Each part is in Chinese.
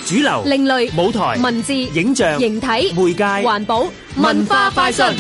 主流、 另類、 舞台、 文字、 影像、 形體、 媒介、 環保、文化快訊。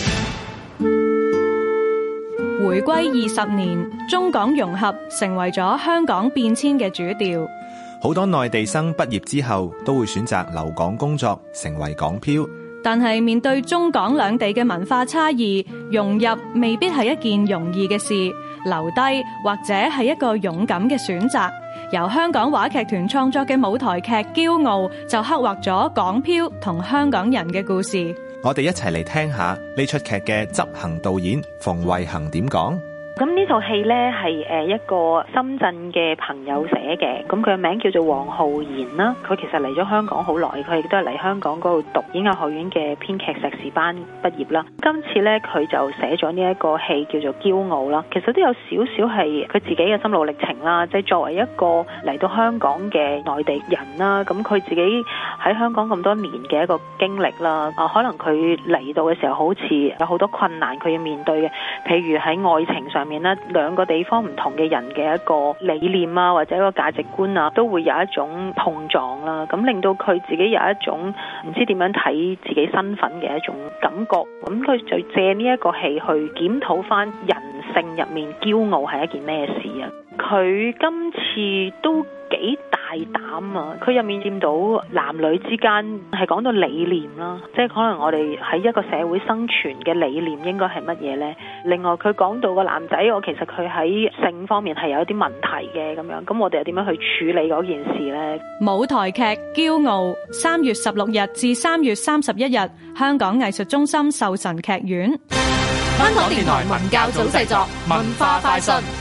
回歸20年，中港融合成為咗香港變遷嘅主調。 好多內地生畢業之後都會選擇留港工作，成為港漂。 但係面對中港兩地嘅文化差異，融入未必係一件容易嘅事，留低或者係一個勇敢嘅選擇。由香港話劇團創作嘅舞台劇《驕傲》就刻畫咗港漂同香港人嘅故事。 我哋一齊嚟聽下呢出劇嘅執行導演馮慧恒點講。 咁呢套戲呢係一個深圳嘅朋友寫嘅，咁佢嘅名叫做黃浩然啦。佢其實嚟咗香港好耐，佢亦都係嚟香港嗰度讀演藝學院嘅編劇碩士班畢業啦。今次呢，佢就寫咗呢一個戲叫做《驕傲》啦。其實都有少少係佢自己嘅心路歷程啦，即係作為一個嚟到香港嘅內地人啦，咁佢自己喺香港咁多年嘅一個經歷啦。可能佢嚟到嘅時候好似有好多困難佢要面對嘅，譬如喺愛情上面咧，兩個地方唔同嘅人嘅一個理念啊，或者一個價值觀啊，都會有一種碰撞啦。咁令到佢自己有一種唔知點樣睇自己身份嘅一種感覺。咁佢就借呢一個戲去檢討翻人性入面驕傲係一件咩事啊？佢今次都幾大膽啊！佢入面見到男女之間係講到理念啦，即係可能我哋喺一個社會生存嘅理念應該係乜嘢呢？另外佢講到個男仔，我其實佢喺性方面係有一啲問題嘅咁樣，咁我哋又點樣去處理嗰件事呢？ 舞台劇《驕傲》3月16日至3月31日，香港藝術中心壽臣劇院。 香港電台文教組製作，文化快訊。